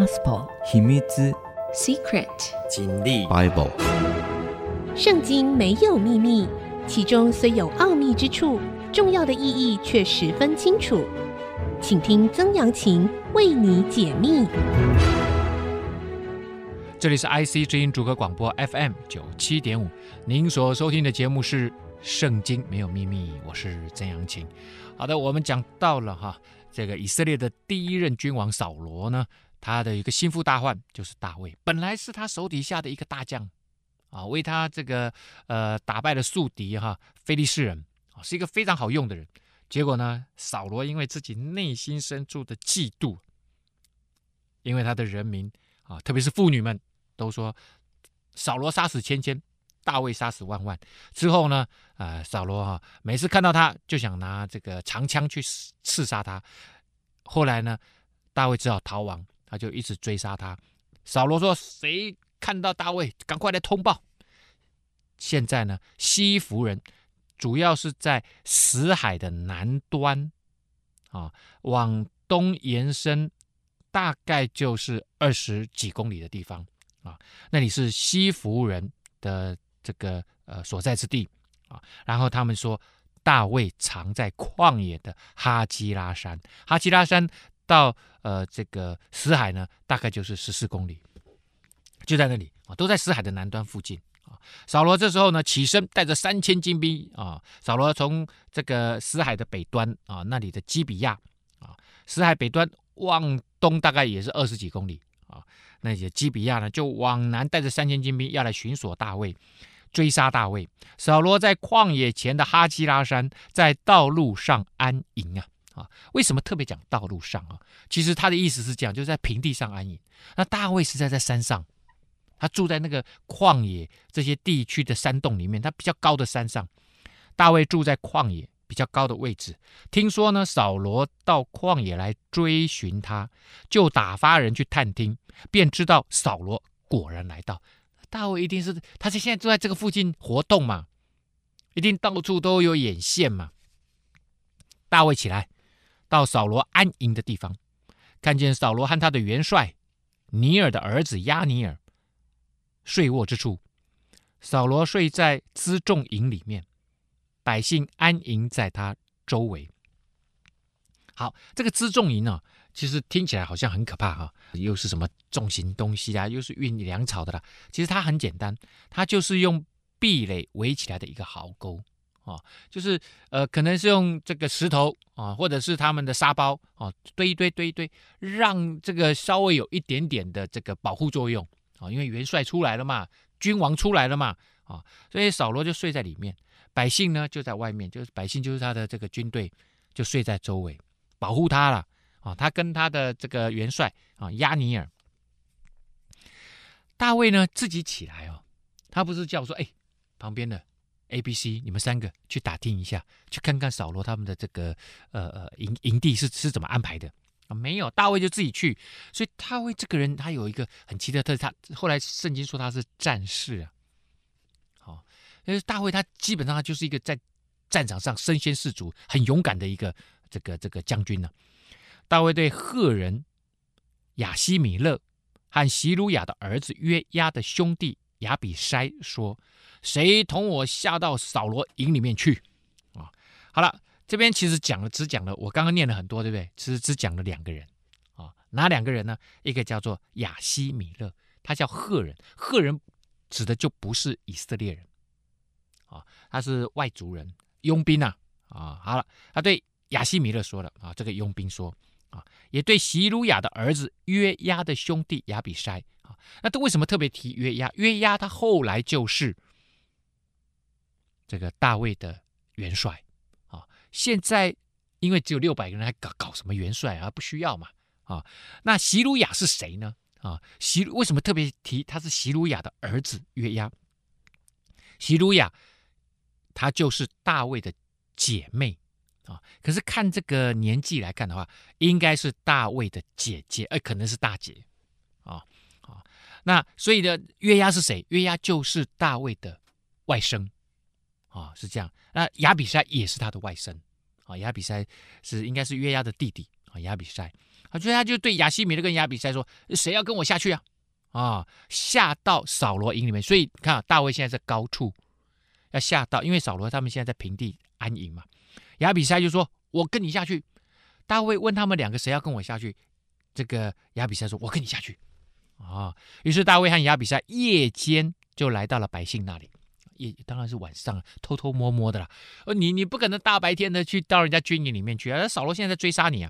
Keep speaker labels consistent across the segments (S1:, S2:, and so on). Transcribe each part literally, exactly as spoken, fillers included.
S1: Gospel
S2: 秘密
S3: Secret
S4: 真理
S2: Bible
S5: 圣经没有秘密，其中虽有奥秘之处，重要的意义却十分清楚。请听曾阳晴为你解密。
S6: 这里是 I C 之音主歌广播 F M 九七点五，您所收听的节目是《圣经没有秘密》，我是曾阳晴。好的，我们讲到了哈，这个以色列的第一任君王扫罗呢，他的一个心腹大患就是大卫，本来是他手底下的一个大将啊，为他这个呃打败了宿敌哈非利士人啊，是一个非常好用的人。结果呢，扫罗因为自己内心深处的嫉妒，因为他的人民啊，特别是妇女们都说扫罗杀死千千，大卫杀死万万。之后呢，呃，扫罗啊，每次看到他就想拿这个长枪去刺杀他。后来呢，大卫只好逃亡，他就一直追杀他。扫罗说：“谁看到大卫，赶快来通报。”现在呢，西弗人主要是在死海的南端啊，往东延伸，大概就是二十几公里的地方啊，那里是西弗人的这个呃所在之地啊。然后他们说，大卫藏在旷野的哈基拉山，哈基拉山到呃这个死海呢，大概就是十四公里，就在那里啊，都在死海的南端附近。扫罗这时候呢，起身带着三千精兵啊，扫罗从这个死海的北端啊，那里的基比亚啊，死海北端往东大概也是二十几公里啊，那些基比亚呢就往南带着三千精兵要来寻索大卫，追杀大卫。扫罗在旷野前的哈基拉山，在道路上安营啊啊，为什么特别讲道路上啊？其实他的意思是讲，就是在平地上安营。那大卫是在在山上。他住在那个旷野这些地区的山洞里面，他比较高的山上。大卫住在旷野比较高的位置。听说呢，扫罗到旷野来追寻他，就打发人去探听，便知道扫罗果然来到。大卫一定是他是现在住在这个附近活动嘛，一定到处都有眼线嘛。大卫起来，到扫罗安营的地方，看见扫罗和他的元帅尼尔的儿子押尼尔睡卧之处，扫罗睡在辎重营里面，百姓安营在他周围。好，这个辎重营呢，其实听起来好像很可怕哈，又是什么重型东西啊，又是运粮草的啦。其实它很简单，它就是用壁垒围起来的一个壕沟啊，就是呃，可能是用这个石头啊，或者是他们的沙包啊，堆一堆堆一堆，让这个稍微有一点点的这个保护作用。因为元帅出来了嘛，君王出来了嘛，啊，所以扫罗就睡在里面，百姓呢就在外面，就是百姓就是他的这个军队，就睡在周围保护他了啊。他跟他的这个元帅啊押尼尔，大卫呢自己起来哦，他不是叫说，哎，旁边的 A、B、C 你们三个去打听一下，去看看扫罗他们的这个呃呃营营地是是怎么安排的。没有，大卫就自己去。所以大卫这个人他有一个很奇特的特质，他后来圣经说他是战士啊。好，因为大卫他基本上他就是一个在战场上身先士卒、很勇敢的一个这个这个将军呢、啊。大卫对赫人亚希米勒和席鲁雅的儿子约押的兄弟亚比筛说：“谁同我下到扫罗营里面去？”啊，好了。这边其实讲了，只讲了，我刚刚念了很多，对不对？其实只讲了两个人啊，哪两个人呢？一个叫做亚希米勒，他叫赫人，赫人指的就不是以色列人啊，他是外族人，佣兵啊啊。好了，他对亚希米勒说了啊，这个佣兵说啊，也对席鲁雅的儿子约押的兄弟亚比筛啊。那他为什么特别提约押？约押他后来就是这个大卫的元帅。现在因为只有六百个人，还搞搞什么元帅啊？不需要嘛啊？那席鲁雅是谁呢？啊，席为什么特别提他是席鲁雅的儿子约押？席鲁雅她就是大卫的姐妹啊，可是看这个年纪来看的话，应该是大卫的姐姐，呃，可能是大姐啊啊。那所以呢，约押是谁？约押就是大卫的外甥。啊、哦，是这样。那亚比筛也是他的外甥啊，亚比筛是应该是约押的弟弟啊，亚比筛。 啊，所以他就对亚西米勒跟亚比筛说：“谁要跟我下去啊？”啊，下到扫罗营里面。所以你看、啊，大卫现在在高处，要下到，因为扫罗他们现在在平地安营嘛。亚比筛就说：“我跟你下去。”大卫问他们两个谁要跟我下去，这个亚比筛说：“我跟你下去。”啊，于是大卫和亚比筛夜间就来到了百姓那里。也当然是晚上偷偷摸摸的啦。呃，你你不可能大白天的去到人家军营里面去啊！扫罗现在在追杀你啊！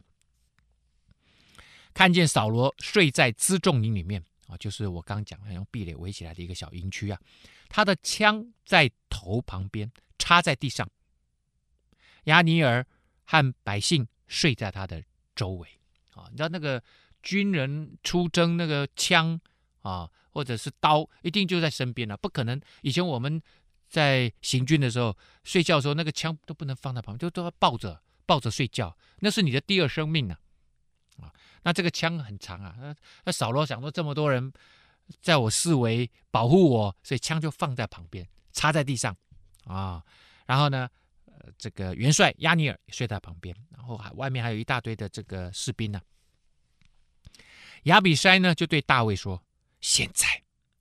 S6: 看见扫罗睡在辎重营里面啊，就是我刚讲用壁垒围起来的一个小营区啊。他的枪在头旁边插在地上，亚尼尔和百姓睡在他的周围啊。你知道那个军人出征那个枪啊，或者是刀，一定就在身边了、啊，不可能。以前我们在行军的时候，睡觉的时候，那个枪都不能放在旁边，就都要抱着抱着睡觉，那是你的第二生命啊！啊，那这个枪很长啊，那那扫罗想说这么多人在我四围保护我，所以枪就放在旁边，插在地上啊。然后呢，呃，这个元帅亚尼尔也睡在旁边，然后外面还有一大堆的这个士兵呢、啊。亚比筛呢就对大卫说：“现在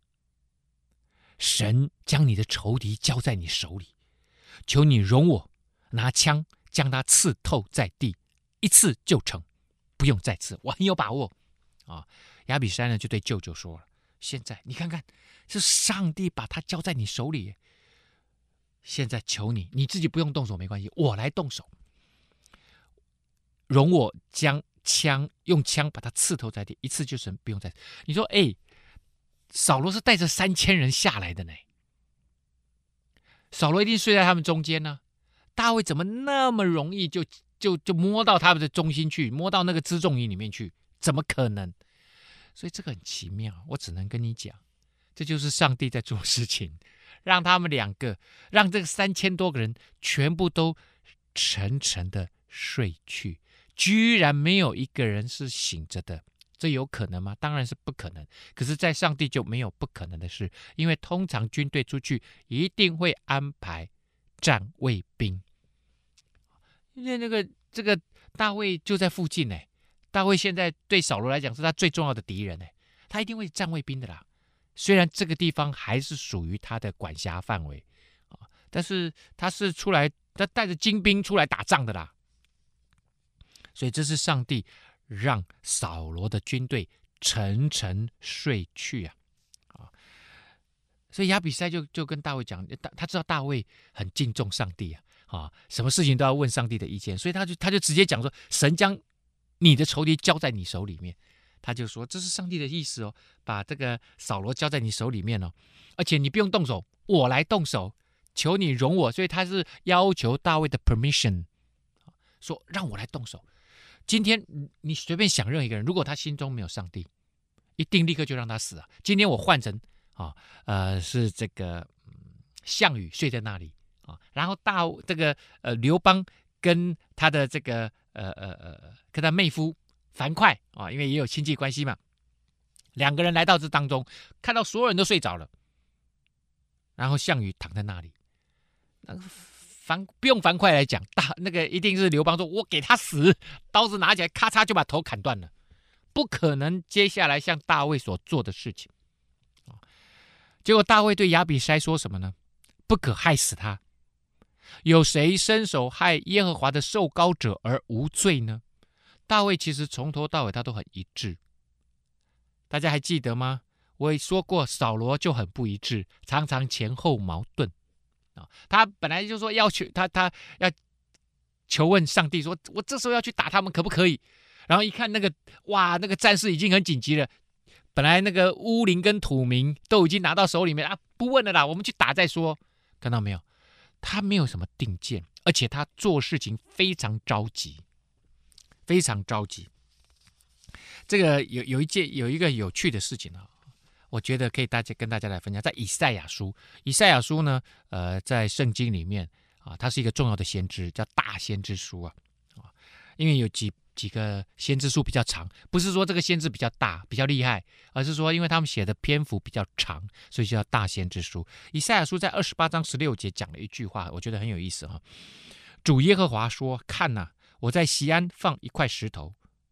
S6: 神将你的仇敌交在你手里，求你容我拿枪将他刺透在地，一刺就成，不用再刺，我很有把握。”啊，亚比筛呢就对舅舅说了：“现在你看看，是上帝把他交在你手里，现在求你，你自己不用动手没关系，我来动手，容我将枪用枪把他刺透在地，一次就成，不用再。”你说，哎，扫罗是带着三千人下来的呢，扫罗一定睡在他们中间呢、啊。大卫怎么那么容易就就就摸到他们的中心去，摸到那个辎重营里面去？怎么可能？所以这个很奇妙，我只能跟你讲，这就是上帝在做事情，让他们两个，让这个三千多个人全部都沉沉的睡去。居然没有一个人是醒着的，这有可能吗？当然是不可能。可是在上帝就没有不可能的事，因为通常军队出去一定会安排站卫兵，因为那个这个大卫就在附近呢。大卫现在对扫罗来讲是他最重要的敌人呢，他一定会站卫兵的啦。虽然这个地方还是属于他的管辖范围啊，但是他是出来，他带着精兵出来打仗的啦。所以这是上帝让扫罗的军队沉沉睡去啊！啊，所以亚比筛就就跟大卫讲，他知道大卫很敬重上帝啊，啊，什么事情都要问上帝的意见，所以他就他就直接讲说，神将你的仇敌交在你手里面，他就说这是上帝的意思哦，把这个扫罗交在你手里面哦，而且你不用动手，我来动手，求你容我，所以他是要求大卫的 permission， 说让我来动手。今天你随便想任何一个人，如果他心中没有上帝，一定立刻就让他死啊！今天我换成啊，呃，是这个、嗯、项羽睡在那里啊，然后大这个呃刘邦跟他的这个呃呃呃跟他妹夫樊哙啊，因为也有亲戚关系嘛，两个人来到这当中，看到所有人都睡着了，然后项羽躺在那里，那个。樊不用樊哙来讲，大那个一定是刘邦说：“我给他死，刀子拿起来，咔嚓就把头砍断了。”不可能接下来像大卫所做的事情。结果大卫对亚比筛说什么呢？不可害死他。有谁伸手害耶和华的受膏者而无罪呢？大卫其实从头到尾他都很一致。大家还记得吗？我也说过，扫罗就很不一致，常常前后矛盾。他本来就说要求他，他要求问上帝说，我这时候要去打他们可不可以？然后一看那个，哇，那个战事已经很紧急了，本来那个乌灵跟土民都已经拿到手里面啊，不问了啦，我们去打再说。看到没有？他没有什么定见，而且他做事情非常着急，非常着急。这个有有一件有一个有趣的事情啊。我觉得可以大家跟大家来分享，在以赛亚书，以赛亚书呢，呃，在圣经里面啊，它是一个重要的先知，叫大先知书啊，啊，因为有几几个先知书比较长，不是说这个先知比较大、比较厉害，而是说因为他们写的篇幅比较长，所以叫大先知书。以赛亚书在二十八章十六节讲了一句话，我觉得很有意思哈、啊。主耶和华说：“看哪、啊，我在锡安放一块石头，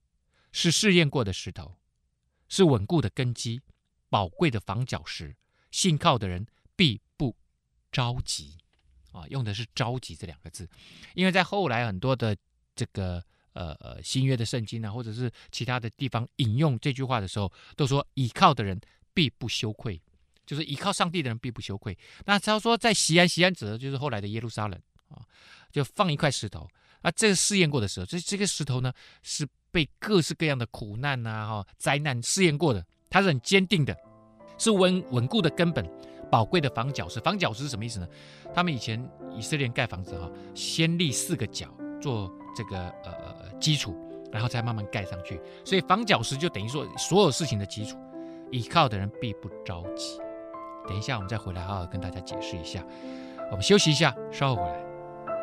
S6: 是试验过的石头，是稳固的根基，宝贵的房角石，信靠的人必不着急。啊，用的是着急这两个字，因为在后来很多的这个呃呃新约的圣经啊，或者是其他的地方引用这句话的时候，都说倚靠的人必不羞愧，就是倚靠上帝的人必不羞愧。那他说在锡安，锡安指的就是后来的耶路撒冷啊，就放一块石头。啊，这个试验过的时候，这这个石头呢是被各式各样的苦难啊、哈灾难试验过的，它是很坚定的，是稳稳固的根本，宝贵的房角石。房角石是什么意思呢？他们以前以色列人盖房子哈，先立四个角做这个呃呃基础，然后再慢慢盖上去。所以房角石就等于说所有事情的基础。倚靠的人必不着急。等一下我们再回来好好跟大家解释一下。我们休息一下，稍后回来。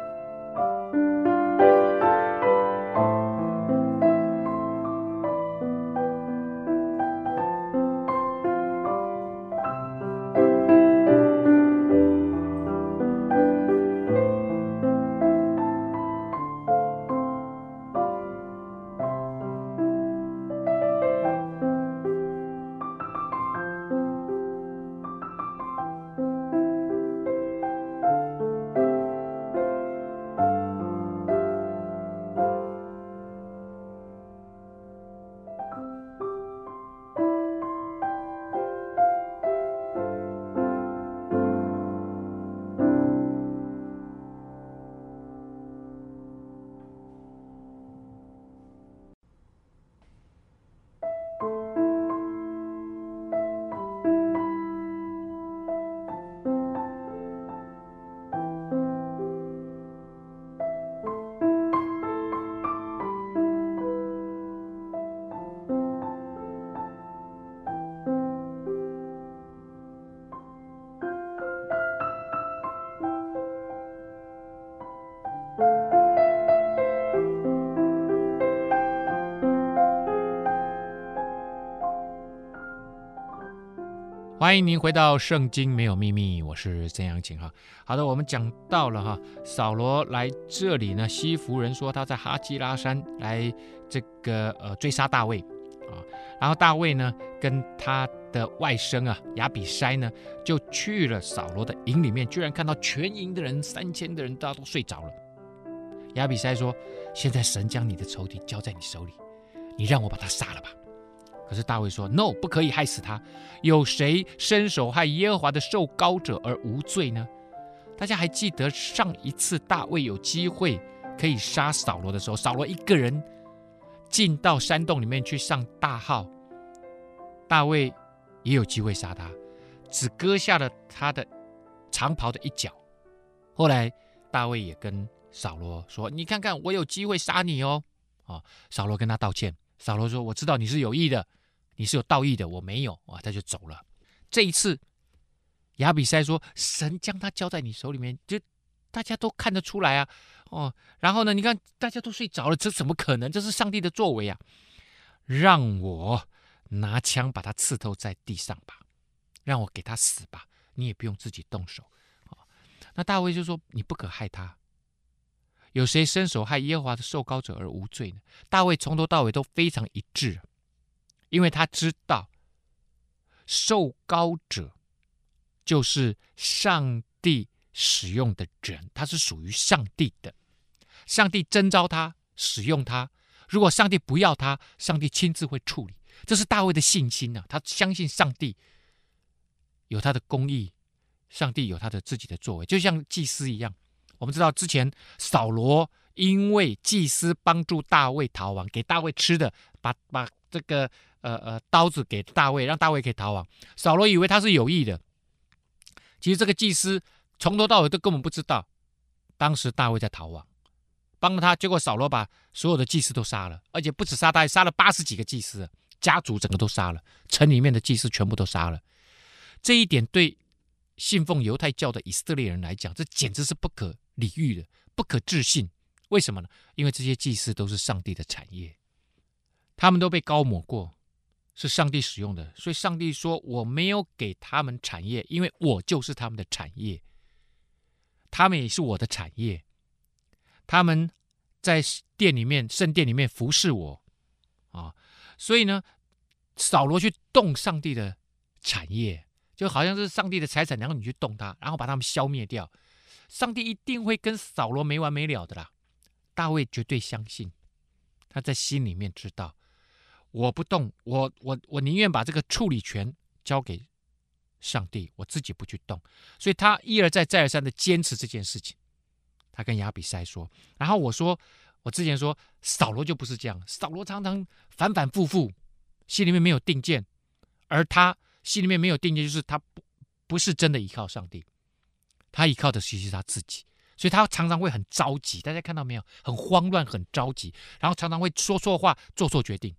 S6: 欢迎您回到圣经没有秘密，我是曾阳晴哈。好的，我们讲到了哈，扫罗来这里呢，西弗人说他在哈基拉山来这个呃追杀大卫啊，然后大卫呢跟他的外甥啊亚比筛呢就去了扫罗的营里面，居然看到全营的人三千的人大家都睡着了。亚比筛说：“现在神将你的仇敌交在你手里，你让我把他杀了吧。”可是大卫说 ：“No， 不可以害死他。有谁伸手害耶和华的受膏者而无罪呢？”大家还记得上一次大卫有机会可以杀扫罗的时候，扫罗一个人进到山洞里面去上大号，大卫也有机会杀他，只割下了他的长袍的一角。后来大卫也跟扫罗说：“你看看，我有机会杀你哦。”啊，扫罗跟他道歉。扫罗说：“我知道你是有意的，你是有道义的，我没有啊。”他就走了。这一次，亚比筛说：“神将他交在你手里面，就大家都看得出来啊。”哦，然后呢，你看大家都睡着了，这怎么可能？这是上帝的作为啊！让我拿枪把他刺透在地上吧，让我给他死吧，你也不用自己动手。哦，那大卫就说：“你不可害他。有谁伸手害耶和华的受膏者而无罪呢？”大卫从头到尾都非常一致，因为他知道受膏者就是上帝使用的人，他是属于上帝的，上帝征召他，使用他。如果上帝不要他，上帝亲自会处理。这是大卫的信心啊，他相信上帝有他的公义，上帝有他的自己的作为，就像祭司一样。我们知道之前扫罗因为祭司帮助大卫逃亡，给大卫吃的，把把这个呃呃刀子给大卫，让大卫可以逃亡。扫罗以为他是有意的，其实这个祭司从头到尾都根本不知道，当时大卫在逃亡，帮了他，结果扫罗把所有的祭司都杀了，而且不止杀大卫，杀了八十几个祭司，家族整个都杀了，城里面的祭司全部都杀了。这一点对信奉犹太教的以色列人来讲，这简直是不可理喻的，不可置信。为什么呢？因为这些祭司都是上帝的产业，他们都被膏抹过，是上帝使用的，所以上帝说：“我没有给他们产业，因为我就是他们的产业，他们也是我的产业。他们在殿里面、圣殿里面服侍我， 啊。所以呢，扫罗去动上帝的产业，就好像是上帝的财产，然后你去动它，然后把他们消灭掉，上帝一定会跟扫罗没完没了的啦。大卫绝对相信，他在心里面知道，我不动，我我我宁愿把这个处理权交给上帝，我自己不去动。所以他一而再再而三的坚持这件事情。他跟亚比筛说，然后我说，我之前说扫罗就不是这样，扫罗常常反反复复，心里面没有定见，而他心里面没有定见，就是他不不是真的依靠上帝，他依靠的其实是他自己，所以他常常会很着急，大家看到没有？很慌乱，很着急，然后常常会说错话，做错决定。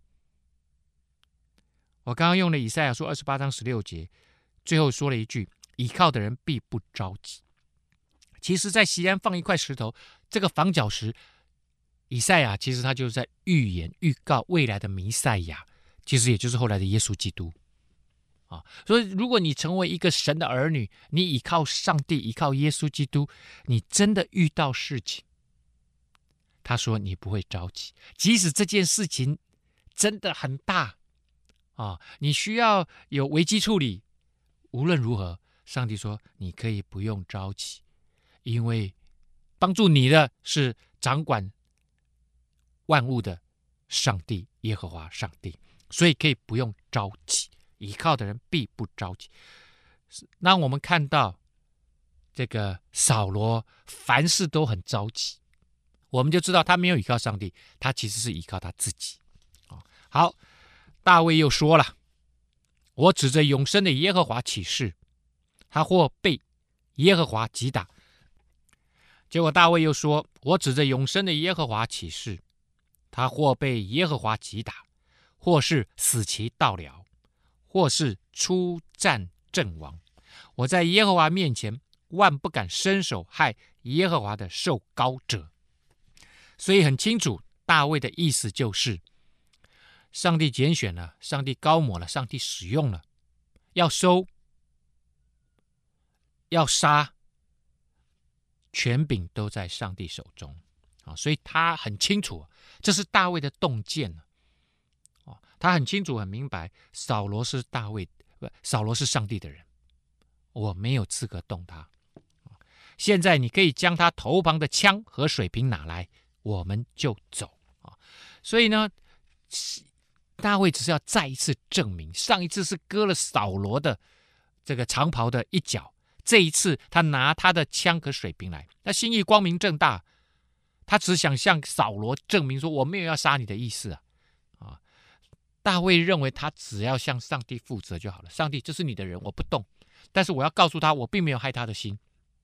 S6: 我刚刚用了以赛亚书二十八章十六节，最后说了一句：倚靠的人必不着急。其实在锡安放一块石头，这个房角石，以赛亚其实他就是在预言预告未来的弥赛亚，其实也就是后来的耶稣基督啊。所以如果你成为一个神的儿女，你倚靠上帝，倚靠耶稣基督，你真的遇到事情，他说你不会着急，即使这件事情真的很大啊，你需要有危机处理，无论如何，上帝说你可以不用着急，因为帮助你的是掌管万物的上帝耶和华上帝，所以可以不用着急，倚靠的人必不着急。让我们看到这个扫罗凡事都很着急，我们就知道他没有倚靠上帝，他其实是倚靠他自己。好，大卫又说了，我指着永生的耶和华起誓，他或被耶和华击打。结果大卫又说，我指着永生的耶和华起誓，他或被耶和华击打，或是死期到了，或是出战阵亡，我在耶和华面前万不敢伸手害耶和华的受膏者。所以很清楚，大卫的意思就是上帝拣选了，上帝膏抹了，上帝使用了，要收要杀，权柄都在上帝手中啊，所以他很清楚，这是大卫的洞见啊，他很清楚很明白，扫罗是大卫，不，扫罗是上帝的人，我没有资格动他。现在你可以将他头旁的枪和水瓶拿来，我们就走啊。所以呢，大卫只是要再一次证明，上一次是割了扫罗的这个长袍的一角，这一次他拿他的枪和水瓶来，他心意光明正大，他只想向扫罗证明说我没有要杀你的意思啊！啊，大卫认为他只要向上帝负责就好了，上帝这是你的人，我不动，但是我要告诉他我并没有害他的心。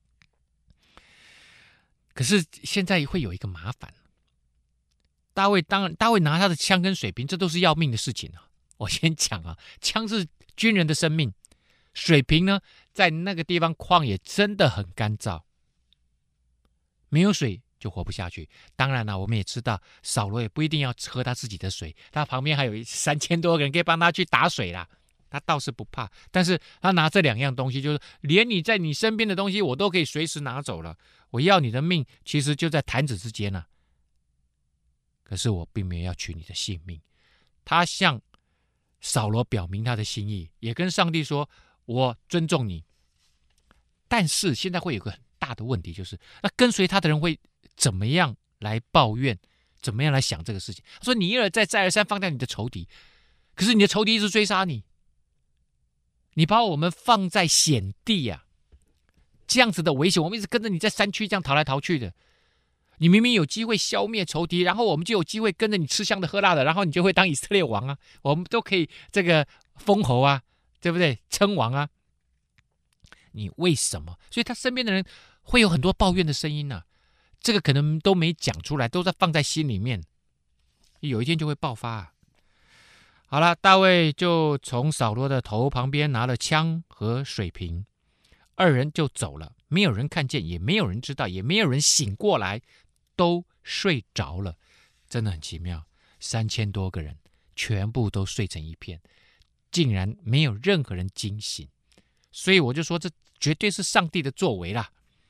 S6: 可是现在会有一个麻烦，大卫当然，大卫拿他的枪跟水瓶，这都是要命的事情啊！我先讲啊，枪是军人的生命，水瓶呢，在那个地方旷野真的很干燥，没有水就活不下去。当然了，我们也知道扫罗也不一定要喝他自己的水，他旁边还有三千多个人可以帮他去打水啦，他倒是不怕。但是他拿这两样东西，就是连你在你身边的东西，我都可以随时拿走了。我要你的命，其实就在弹指之间啊。可是我并没有要取你的性命。他向扫罗表明他的心意，也跟上帝说，我尊重你。但是现在会有个很大的问题，就是那跟随他的人会怎么样来抱怨，怎么样来想这个事情。他说你一而再再而三放掉你的仇敌，可是你的仇敌一直追杀你，你把我们放在险地啊，这样子的危险，我们一直跟着你在山区这样逃来逃去的，你明明有机会消灭仇敌，然后我们就有机会跟着你吃香的喝辣的，然后你就会当以色列王啊，我们都可以这个封侯啊，对不对？称王啊，你为什么？所以他身边的人会有很多抱怨的声音啊，这个可能都没讲出来，都在放在心里面，有一天就会爆发啊。好了，大卫就从扫罗的头旁边拿了枪和水瓶，二人就走了，没有人看见，也没有人知道，也没有人醒过来，都睡着了。真的很奇妙，三千多个人全部都睡成一片，竟然没有任何人惊醒。所以我就说，这绝对是上帝的作为啦。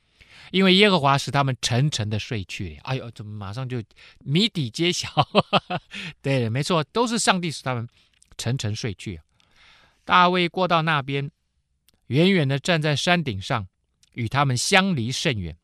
S6: 因为耶和华使他们沉沉的睡去。哎呦，怎么马上就谜底揭晓？对了，没错，都是上帝使他们沉沉睡去。大卫过到那边，远远的站在山顶上，与他们相离甚远。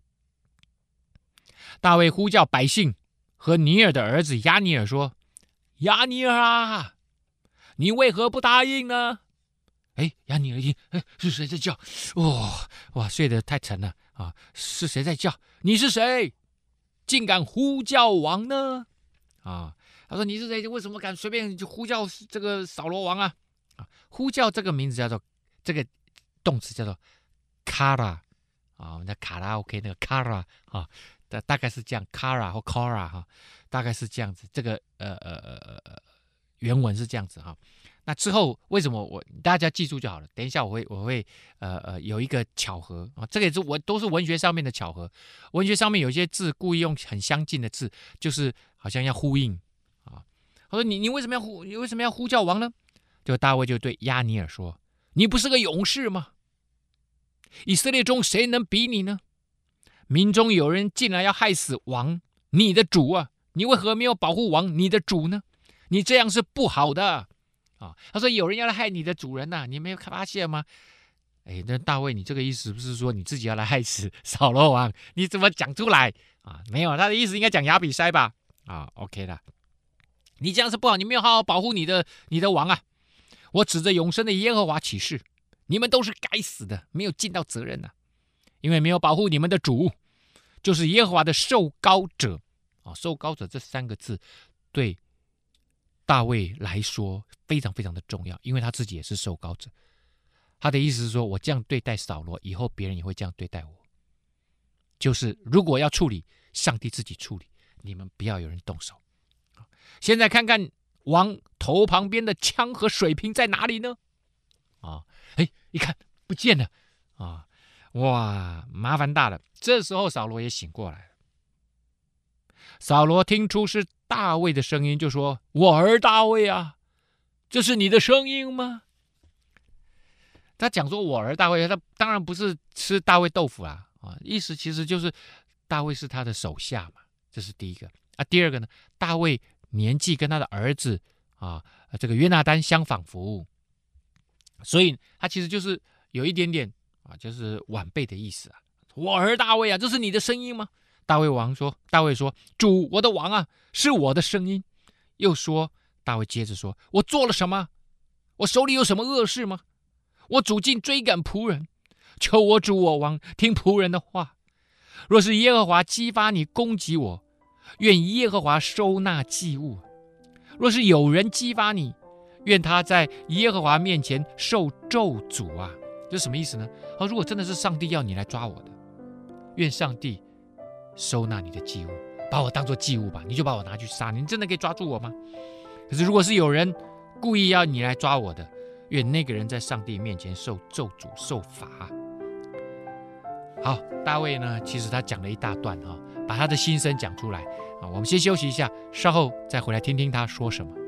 S6: 大卫呼叫百姓和尼尔的儿子亚尼尔说：亚尼尔啊，你为何不答应呢？哎，亚尼尔一听，哎，是谁在叫？哦，哇，睡得太沉了啊！是谁在叫？你是谁？竟敢呼叫王呢？啊，他说你是谁？为什么敢随便就呼叫这个扫罗王啊？啊，呼叫这个名字叫做这个动词叫做卡拉啊，那卡拉 OK 那个卡拉啊，大大概是这样，卡拉或 Kara 哈，大概是这样子。这个呃呃呃呃原文是这样子哈。那之后为什么我大家记住就好了？等一下我会我会呃呃有一个巧合啊，这个也是我都是文学上面的巧合。文学上面有些字故意用很相近的字，就是好像要呼应啊。他说你你为什么要呼你为什么要呼叫王呢？就大卫就对亚尼尔说：你不是个勇士吗？以色列中谁能比你呢？民中有人进来要害死王你的主啊，你为何没有保护王你的主呢？你这样是不好的。啊、他说有人要来害你的主人呐、啊，你没有发现吗？哎，那大卫，你这个意思不是说你自己要来害死扫罗王？你怎么讲出来啊？没有，他的意思应该讲亚比筛吧？啊 ，OK 的，你这样是不好，你没有好好保护你的你的王啊！我指着永生的耶和华起誓，你们都是该死的，没有尽到责任呐、啊，因为没有保护你们的主，就是耶和华的受膏者啊，受膏者这三个字对大卫来说非常非常的重要，因为他自己也是受膏者。他的意思是说，我这样对待扫罗，以后别人也会这样对待我。就是如果要处理，上帝自己处理，你们不要有人动手。现在看看王头旁边的枪和水瓶在哪里呢？啊，哎，一看不见了啊！哇，麻烦大了。这时候扫罗也醒过来了。扫罗听出是大卫的声音，就说：我儿大卫啊，这是你的声音吗？他讲说我儿大卫，他当然不是吃大卫豆腐啦，啊，意思其实就是大卫是他的手下嘛，这是第一个啊。第二个呢，大卫年纪跟他的儿子啊，这个约拿单相仿佛，所以他其实就是有一点点啊，就是晚辈的意思啊。我儿大卫啊，这是你的声音吗？大卫王说，大卫说：主，我的王啊，是我的声音。又说，大卫接着说：我做了什么？我手里有什么恶事吗？我主竟追赶仆人，求我主我王听仆人的话。若是耶和华激发你攻击我，愿耶和华收纳祭物；若是有人激发你，愿他在耶和华面前受咒诅啊！这是什么意思呢？啊，如果真的是上帝要你来抓我的，愿上帝收纳你的祭物，把我当作祭物吧，你就把我拿去杀，你真的可以抓住我吗？可是如果是有人故意要你来抓我的，愿那个人在上帝面前受咒诅受罚。好，大卫呢，其实他讲了一大段哈，把他的心声讲出来啊。我们先休息一下，稍后再回来听听他说什么。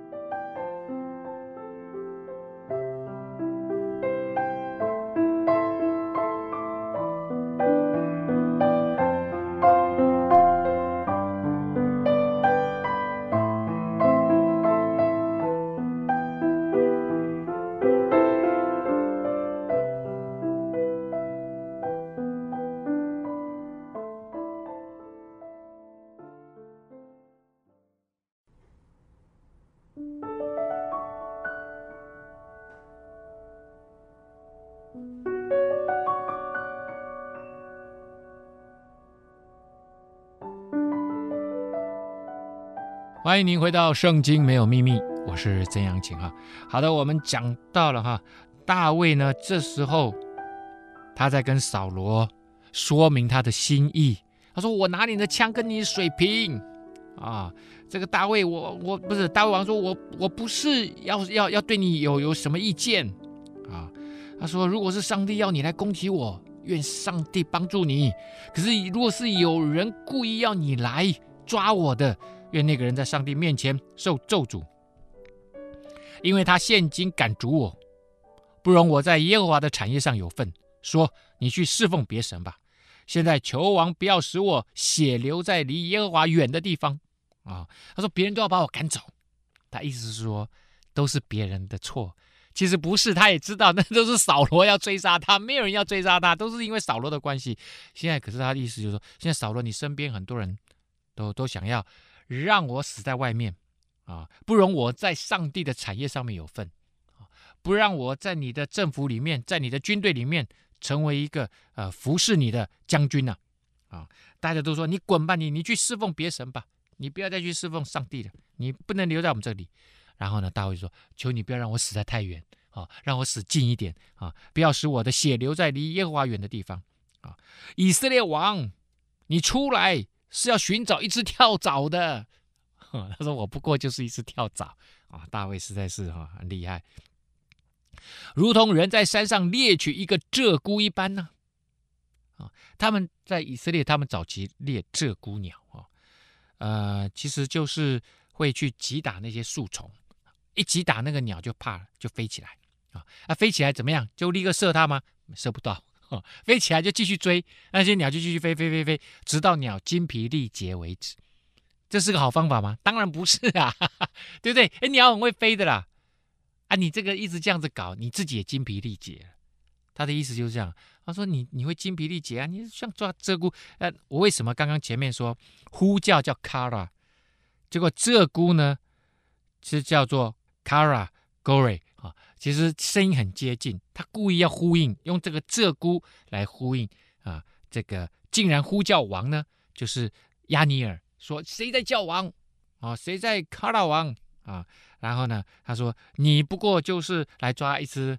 S6: 欢迎您回到圣经没有秘密，我是曾阳晴哈。好的，我们讲到了哈，大卫呢，这时候他在跟扫罗说明他的心意。他说：“我拿你的枪跟你水瓶啊，这个大卫，我我不是大卫王说我我不是要要要对你有有什么意见啊。他说，如果是上帝要你来攻击我，愿上帝帮助你。可是如果是有人故意要你来抓我的，愿那个人在上帝面前受咒诅，因为他现今赶逐我，不容我在耶和华的产业上有份。说你去侍奉别神吧。 现在求王不要使我血流在离耶和华远的地方啊。他说别人都要把我赶走，他意思是说都是别人的错。其实不是，他也知道那都是扫罗要追杀他，没有人要追杀他，都是因为扫罗的关系。现在可是他的意思就是说，现在扫罗你身边很多人都都想要让我死在外面啊，不容我在上帝的产业上面有份，不让我在你的政府里面，在你的军队里面成为一个呃服侍你的将军啊啊！大家都说你滚吧，你你去侍奉别神吧，你不要再去侍奉上帝了，你不能留在我们这里。然后呢，大卫说：“求你不要让我死在太远啊，让我死近一点啊，不要使我的血流在离耶和华远的地方啊。”以色列王，你出来是要寻找一只跳蚤的。他说：“我不过就是一只跳蚤啊！”大卫实在是哈很厉害，如同人在山上猎取一个鹧鸪一般呢。啊，他们在以色列，他们早期猎鹧鸪鸟啊，呃，其实就是会去击打那些树丛。一击打那个鸟就怕了，就飞起来啊！啊，飞起来怎么样？就立刻射它吗？射不到，哦、飞起来就继续追，那些鸟就继续飞飞飞飞，直到鸟精疲力竭为止。这是个好方法吗？当然不是啊，哈哈，对不对？哎，鸟很会飞的啦，啊，你这个一直这样子搞，你自己也精疲力竭了。他的意思就是这样，他说你你会精疲力竭啊，你像抓鹧鸪，呃，我为什么刚刚前面说呼叫叫 Kara， 结果鹧鸪呢是叫做Kara Gore 啊，其实声音很接近，他故意要呼应，用这个鹧鸪来呼应啊，这个竟然呼叫王呢，就是亚尼尔说谁在叫王啊，谁在 Kara 王啊，然后呢，他说你不过就是来抓一只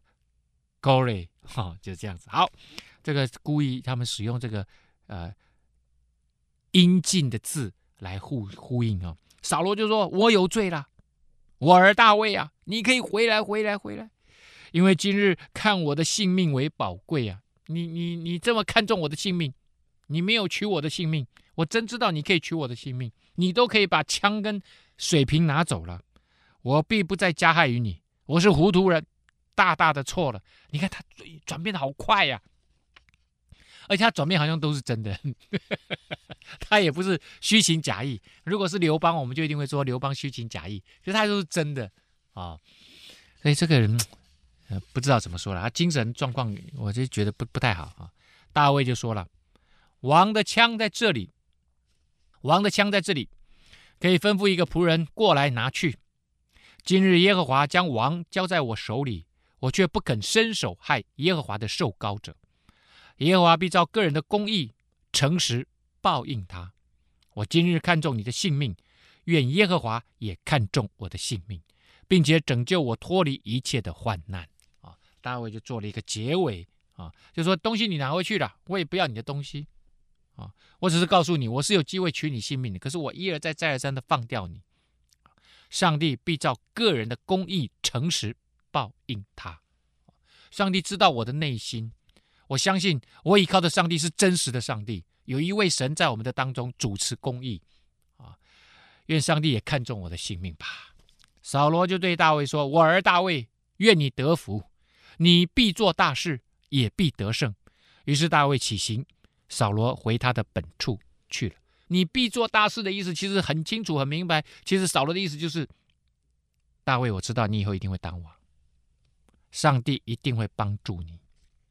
S6: Gore 啊，就这样子。好，这个故意他们使用这个呃阴近的字来呼呼应啊，扫罗就说我有罪啦。我儿大卫啊，你可以回来，回来，回来，因为今日看我的性命为宝贵啊！你你你这么看重我的性命，你没有取我的性命，我真知道你可以取我的性命，你都可以把枪跟水瓶拿走了，我必不再加害于你。我是糊涂人，大大的错了。你看他转变的好快呀、啊，而且他转变好像都是真的。他也不是虚情假意，如果是刘邦，我们就一定会说刘邦虚情假意，可是他都是真的啊、哦。所以这个人、呃、不知道怎么说了，他精神状况我就觉得不不太好啊。大卫就说了：“王的枪在这里，王的枪在这里，可以吩咐一个仆人过来拿去。今日耶和华将王交在我手里，我却不肯伸手害耶和华的受膏者。耶和华必照个人的公义、诚实报应他。我今日看重你的性命，愿耶和华也看重我的性命，并且拯救我脱离一切的患难。”啊，大卫就做了一个结尾啊，就说东西你拿回去了，我也不要你的东西啊，我只是告诉你，我是有机会取你性命的，可是我一而再再而三的放掉你。上帝必照个人的公义、诚实报应他。上帝知道我的内心，我相信我依靠的上帝是真实的上帝，有一位神在我们的当中主持公义啊，愿上帝也看重我的性命吧。扫罗就对大卫说：“我儿大卫，愿你得福，你必做大事，也必得胜。”于是大卫起行，扫罗回他的本处去了。你必做大事的意思其实很清楚很明白，其实扫罗的意思就是大卫，我知道你以后一定会当王，上帝一定会帮助你。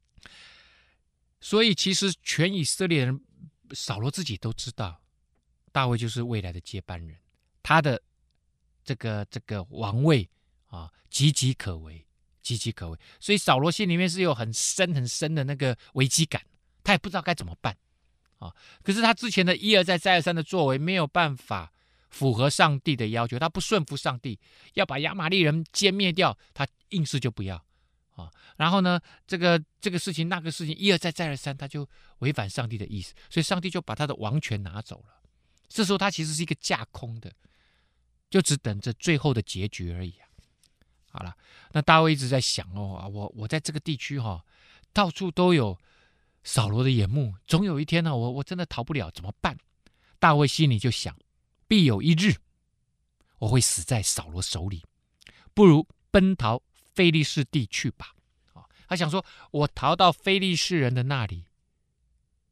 S6: 所以其实全以色列人，扫罗自己都知道大卫就是未来的接班人，他的这个这个王位啊岌岌可危，岌岌可危。所以扫罗心里面是有很深很深的那个危机感，他也不知道该怎么办啊。可是他之前的一而再再而三的作为没有办法符合上帝的要求，他不顺服上帝，要把亚玛力人歼灭掉，他硬是就不要啊。然后呢，这个这个事情那个事情一而再再而三，他就违反上帝的意思，所以上帝就把他的王权拿走了。这时候他其实是一个架空的，就只等着最后的结局而已啊。好了，那大卫一直在想哦，我我在这个地区哈、哦，到处都有扫罗的眼目，总有一天呢，我我真的逃不了，怎么办？大卫心里就想，必有一日我会死在扫罗手里，不如奔逃非利士地去吧。他想说，我逃到非利士人的那里，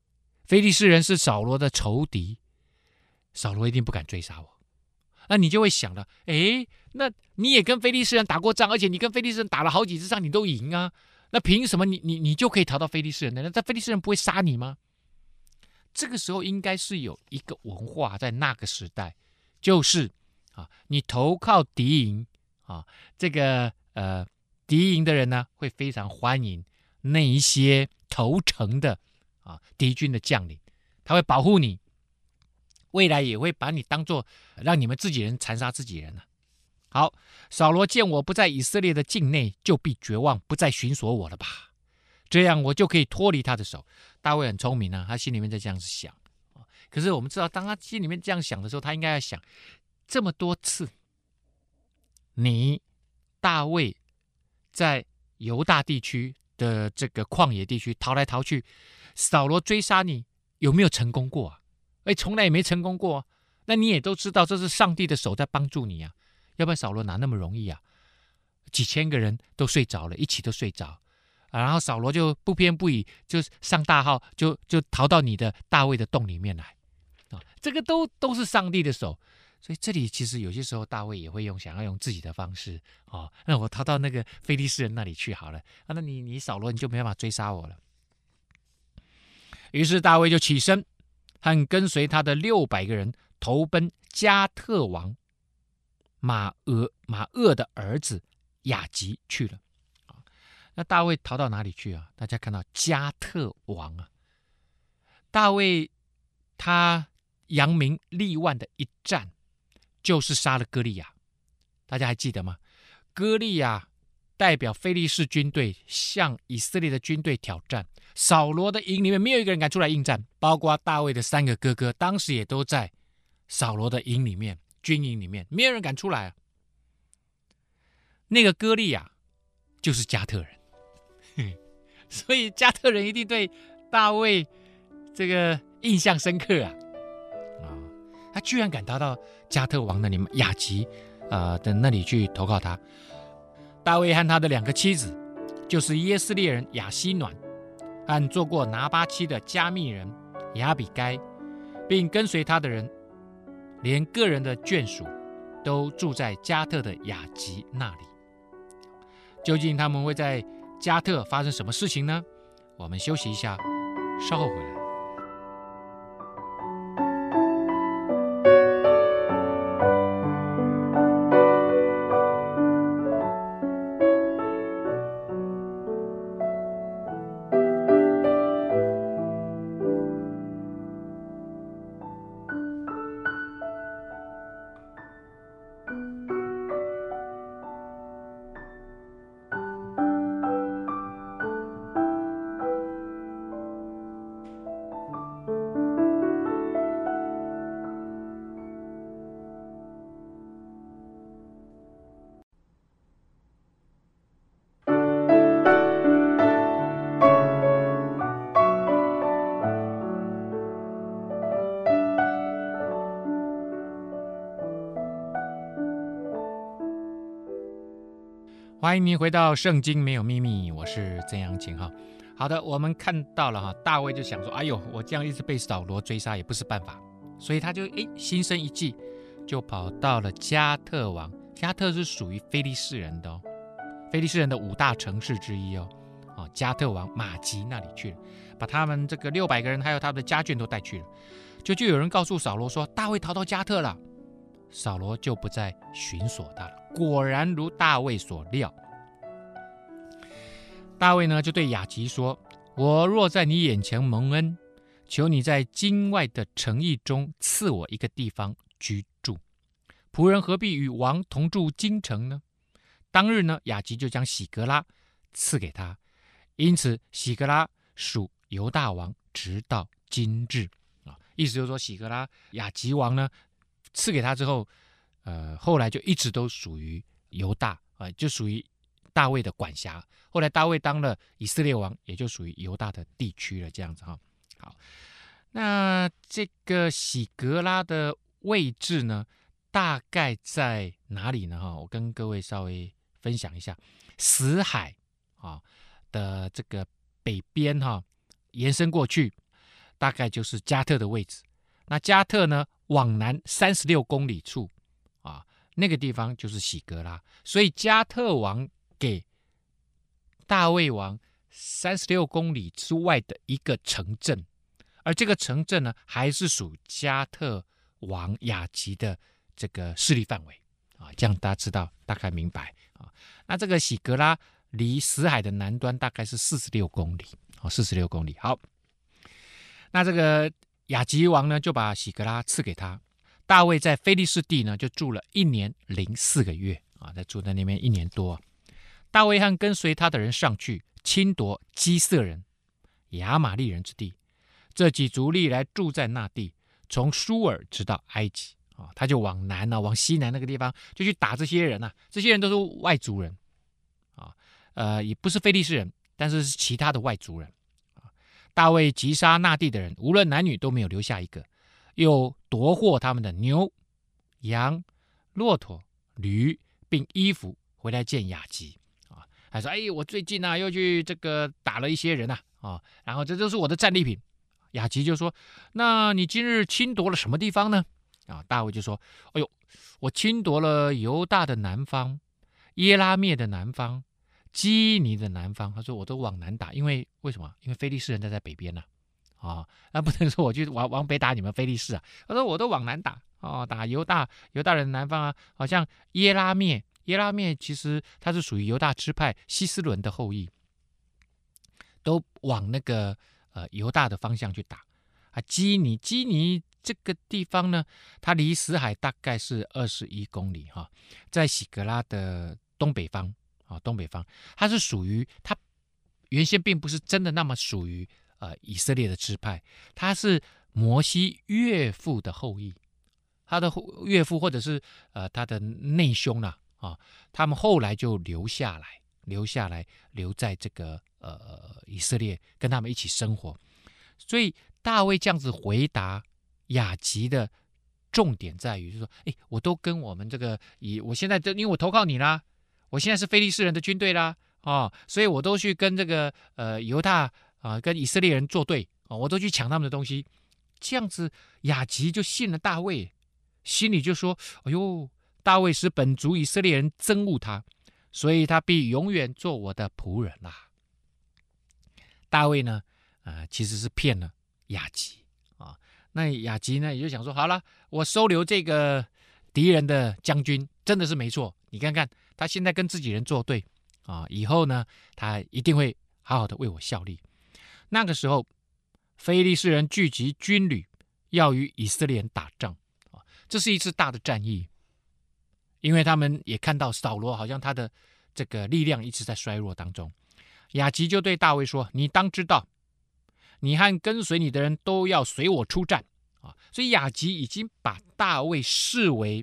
S6: 非利士人是扫罗的仇敌，扫罗一定不敢追杀我。那你就会想了，诶，那你也跟非利士人打过仗，而且你跟非利士人打了好几次仗，你都赢啊，那凭什么你你你就可以逃到非利士人呢？那非利士人不会杀你吗？这个时候应该是有一个文化在那个时代，就是啊，你投靠敌营啊，这个呃敌营的人呢，会非常欢迎那一些投诚的啊敌军的将领，他会保护你。未来也会把你当作让你们自己人残杀自己人、啊、好，扫罗见我不在以色列的境内，就必绝望，不再寻索我了吧，这样我就可以脱离他的手。大卫很聪明啊，他心里面在这样子想。可是我们知道，当他心里面这样想的时候，他应该要想，这么多次你大卫在犹大地区的这个旷野地区逃来逃去，扫罗追杀你，有没有成功过啊？哎，从来也没成功过、啊。那你也都知道，这是上帝的手在帮助你啊，要不然扫罗哪那么容易啊？几千个人都睡着了，一起都睡着、啊、然后扫罗就不偏不倚，就上大号，就就逃到你的大卫的洞里面来、啊、这个都都是上帝的手。所以这里其实有些时候大卫也会用想要用自己的方式、哦、那我逃到那个非利士人那里去好了、啊、那你你扫罗你就没办法追杀我了。于是大卫就起身，和跟随他的六百个人投奔加特王马俄马厄的儿子雅吉去了。那大卫逃到哪里去啊？大家看到加特王啊，大卫他扬名立万的一战，就是杀了歌利亚。大家还记得吗？歌利亚代表非利士军队向以色列的军队挑战，扫罗的营里面没有一个人敢出来应战，包括大卫的三个哥哥，当时也都在扫罗的营里面，军营里面，没有人敢出来啊。那个歌利亚就是加特人，所以加特人一定对大卫这个印象深刻啊。哦、他居然敢逃到加特王那里雅吉、呃、的那里去投靠他。大卫和他的两个妻子，就是耶斯列人亚希暖和做过拿巴妻的加密人亚比该，并跟随他的人，连个人的眷属都住在加特的雅吉那里。究竟他们会在加特发生什么事情呢？我们休息一下，稍后回来。欢迎您回到圣经没有秘密，我是曾阳晴哈。好的，我们看到了哈，大卫就想说，哎呦，我这样一直被扫罗追杀也不是办法，所以他就哎心生一计，就跑到了加特王。加特是属于非利士人的哦，非利士人的五大城市之一哦。哦，加特王马吉那里去了，把他们这个六百个人还有他们的家眷都带去了。就就有人告诉扫罗说，大卫逃到加特了。扫罗就不再寻索他了。果然如大卫所料，大卫呢就对雅吉说：“我若在你眼前蒙恩，求你在京外的城邑中赐我一个地方居住。仆人何必与王同住京城呢？”当日呢，雅吉就将喜格拉赐给他，因此喜格拉属犹大王，直到今日。啊，意思就是说，喜格拉雅吉王呢赐给他之后，呃，后来就一直都属于犹大，呃，就属于大卫的管辖。后来大卫当了以色列王，也就属于犹大的地区了，这样子哈。好，那这个喜格拉的位置呢，大概在哪里呢？哈，我跟各位稍微分享一下，死海啊的这个北边哈，延伸过去大概就是加特的位置。那加特呢，往南三十六公里处啊，那个地方就是喜格拉。所以加特王给大卫王三十六公里之外的一个城镇，而这个城镇呢，还是属加特王亚吉的这个势力范围啊，这样大家知道，大概明白啊。那这个喜格拉离死海的南端大概是四十六公里，哦，四十六公里。好，那这个亚吉王呢，就把喜格拉赐给他。大卫在非利士地呢，就住了一年零四个月啊，在住在那边一年多啊。大卫和跟随他的人上去侵夺基色人、亚玛利人之地，这几族历来住在那地，从舒尔直到埃及啊，他就往南啊，往西南那个地方就去打这些人啊，这些人都是外族人啊，呃，也不是非利士人，但是是其他的外族人啊。大卫击杀那地的人，无论男女都没有留下一个，又夺获他们的牛、羊、骆驼、驴，并衣服回来见亚吉。他说：“哎，我最近啊又去这个打了一些人啊，哦，然后这都是我的战利品。”亚吉就说：“那你今日侵夺了什么地方呢？”啊，大卫就说：“哎呦，我侵夺了犹大的南方、耶拉灭的南方、基尼的南方。”他说：“我都往南打，因为为什么？因为非利士人在在北边呢、啊，啊，那不能说我去往往北打你们非利士啊。他说我都往南打，哦，打犹大犹大人的南方啊，好像耶拉灭。”耶拉灭其实他是属于犹大支派希斯伦的后裔，都往那个呃犹大的方向去打啊。基尼基尼这个地方呢，它离死海大概是二十一公里哈、啊，在喜格拉的东北方啊，东北方，它是属于它原先并不是真的那么属于呃以色列的支派，它是摩西岳父的后裔，他的岳父或者是呃他的内兄啦、啊。啊，他们后来就留下来，留下来，留在这个呃以色列，跟他们一起生活。所以大卫这样子回答亚吉的重点在于，就是说，哎，我都跟我们这个以我现在因为我投靠你啦，我现在是非利士人的军队啦，哦，所以我都去跟这个呃犹大啊，跟以色列人作对啊、哦，我都去抢他们的东西。这样子，亚吉就信了大卫，心里就说，哎呦。大卫使本族以色列人憎恶他，所以他必永远做我的仆人啦。大卫呢，呃，其实是骗了亚吉啊。那亚吉呢，也就想说，好了，我收留这个敌人的将军，真的是没错。你看看，他现在跟自己人作对啊，以后呢，他一定会好好的为我效力。那个时候，非利士人聚集军旅，要与以色列人打仗啊，这是一次大的战役。因为他们也看到扫罗好像他的这个力量一直在衰弱当中，亚吉就对大卫说：“你当知道，你和跟随你的人都要随我出战啊！”所以亚吉已经把大卫视为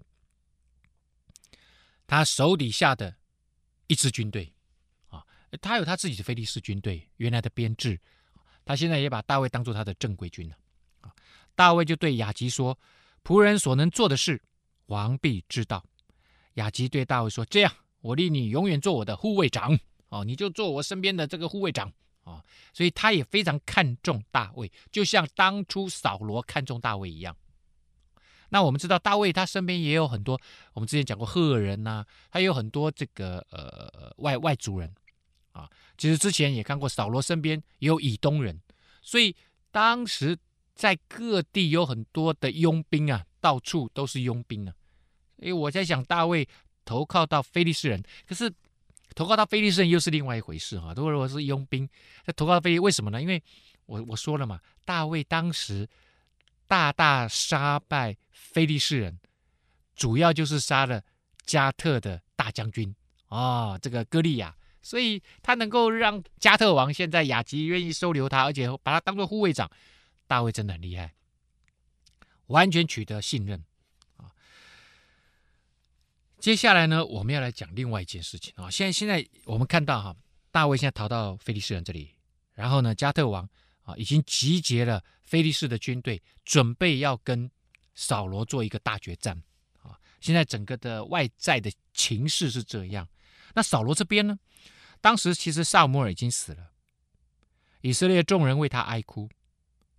S6: 他手底下的一支军队啊，他有他自己的非利士军队原来的编制，他现在也把大卫当作他的正规军了啊。大卫就对亚吉说：“仆人所能做的事，王必知道。”亚吉对大卫说：“这样，我立你永远做我的护卫长，哦，你就做我身边的这个护卫长，哦，所以他也非常看重大卫，就像当初扫罗看重大卫一样。那我们知道大卫他身边也有很多，我们之前讲过赫人呐、啊，他也有很多这个呃外外族人啊。其实之前也看过扫罗身边也有以东人，所以当时在各地有很多的佣兵啊，到处都是佣兵啊。因为我在想，大卫投靠到非利士人，可是投靠到非利士人又是另外一回事哈。如果是佣兵，那投靠到非利，为什么呢？因为我我说了嘛，大卫当时大大杀败非利士人，主要就是杀了加特的大将军啊、哦，这个歌利亚，所以他能够让加特王现在亚吉愿意收留他，而且把他当作护卫长，大卫真的很厉害，完全取得信任。接下来呢，我们要来讲另外一件事情啊。现在现在我们看到哈，大卫现在逃到非利士人这里，然后呢，加特王啊已经集结了非利士的军队，准备要跟扫罗做一个大决战啊。现在整个的外在的情势是这样。那扫罗这边呢，当时其实撒母耳已经死了，以色列众人为他哀哭，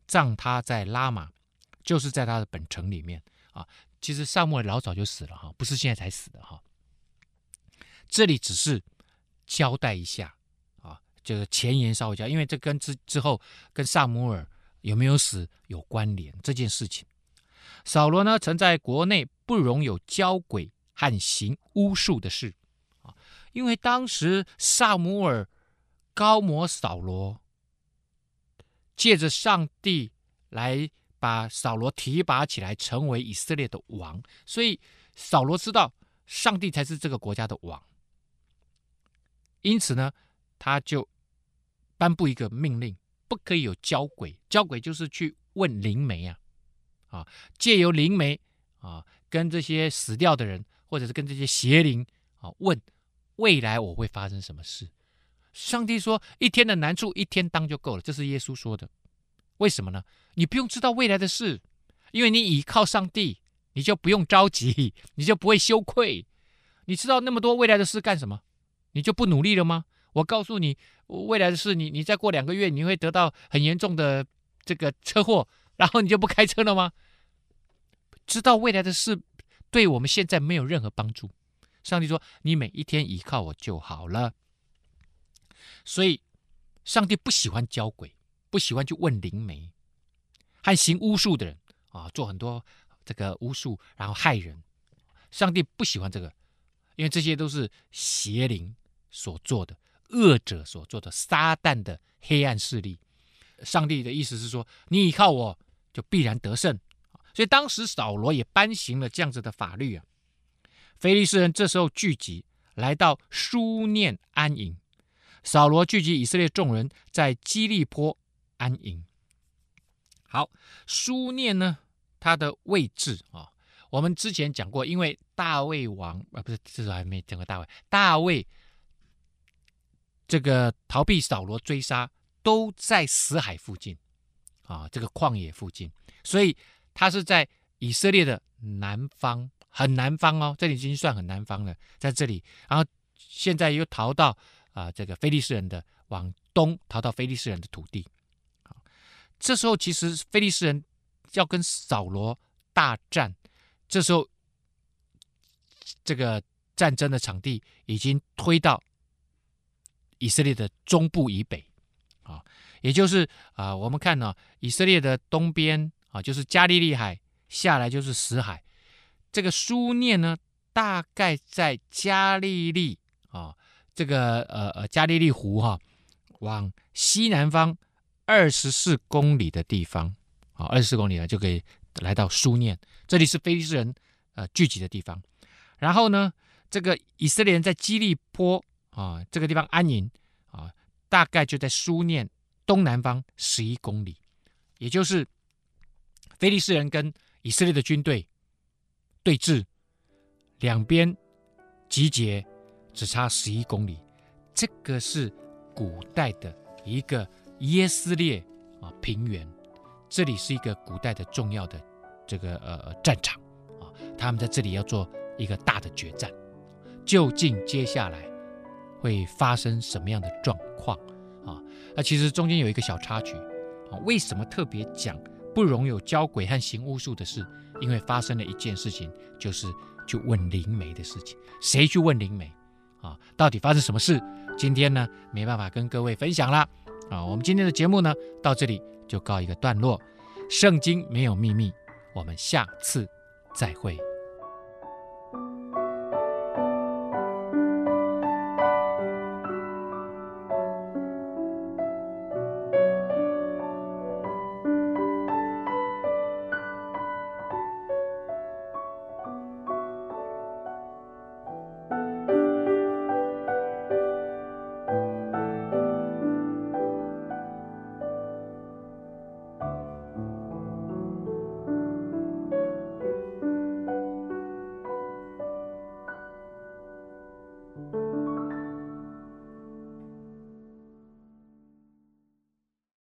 S6: 葬他在拉玛，就是在他的本城里面啊。其实撒母耳老早就死了哈，不是现在才死的哈。这里只是交代一下啊，这个前言稍微交，因为这跟之之后跟撒母耳有没有死有关联这件事情。扫罗呢，曾在国内不容有交鬼和行巫术的事啊，因为当时撒母耳高摩扫罗，借着上帝来把扫罗提拔起来，成为以色列的王，所以扫罗知道上帝才是这个国家的王，因此呢，他就颁布一个命令，不可以有交鬼。交鬼就是去问灵媒啊，啊，借由灵媒啊，跟这些死掉的人，或者是跟这些邪灵啊，问未来我会发生什么事。上帝说，一天的难处一天当就够了，这是耶稣说的。为什么呢？你不用知道未来的事，因为你倚靠上帝，你就不用着急，你就不会羞愧。你知道那么多未来的事干什么？你就不努力了吗？我告诉你，未来的事，你你再过两个月，你会得到很严重的这个车祸，然后你就不开车了吗？知道未来的事，对我们现在没有任何帮助。上帝说，你每一天倚靠我就好了。所以，上帝不喜欢交鬼，不喜欢去问灵媒和行巫术的人啊，做很多这个巫术，然后害人。上帝不喜欢这个，因为这些都是邪灵所做的，恶者所做的，撒旦的黑暗势力。上帝的意思是说，你依靠我就必然得胜。所以当时扫罗也颁行了这样子的法律啊。非利士人这时候聚集，来到书念安营。扫罗聚集以色列众人，在基利波安营。好，书念呢，它的位置啊，我们之前讲过，因为大卫王啊，不是，这时候还没讲过大卫，大卫这个逃避扫罗追杀，都在死海附近啊，这个旷野附近，所以他是在以色列的南方，很南方哦，这里已经算很南方了，在这里，然后现在又逃到啊这个非利士人的往东，逃到非利士人的土地。这时候其实非利士人要跟扫罗大战，这时候这个战争的场地已经推到以色列的中部以北啊，也就是啊，我们看呢、啊，以色列的东边啊，就是加利利海下来就是死海，这个书念呢，大概在加利利啊，这个呃呃加利利湖哈、啊，往西南方二十四公里的地方啊，二十四公里呢就可以来到书念，这里是非利士人呃聚集的地方。然后呢，这个以色列人在基利波啊这个地方安营啊，大概就在书念东南方十一公里，也就是非利士人跟以色列的军队对峙，两边集结只差十一公里，这个是古代的一个耶斯列啊平原，这里是一个古代的重要的这个呃战场啊，他们在这里要做一个大的决战，究竟接下来会发生什么样的状况啊？那其实中间有一个小插曲啊，为什么特别讲不容有交鬼和行巫术的事？因为发生了一件事情，就是去问灵媒的事情。谁去问灵媒啊？到底发生什么事？今天呢没办法跟各位分享啦。啊，我们今天的节目呢，到这里就告一个段落。圣经没有秘密，我们下次再会。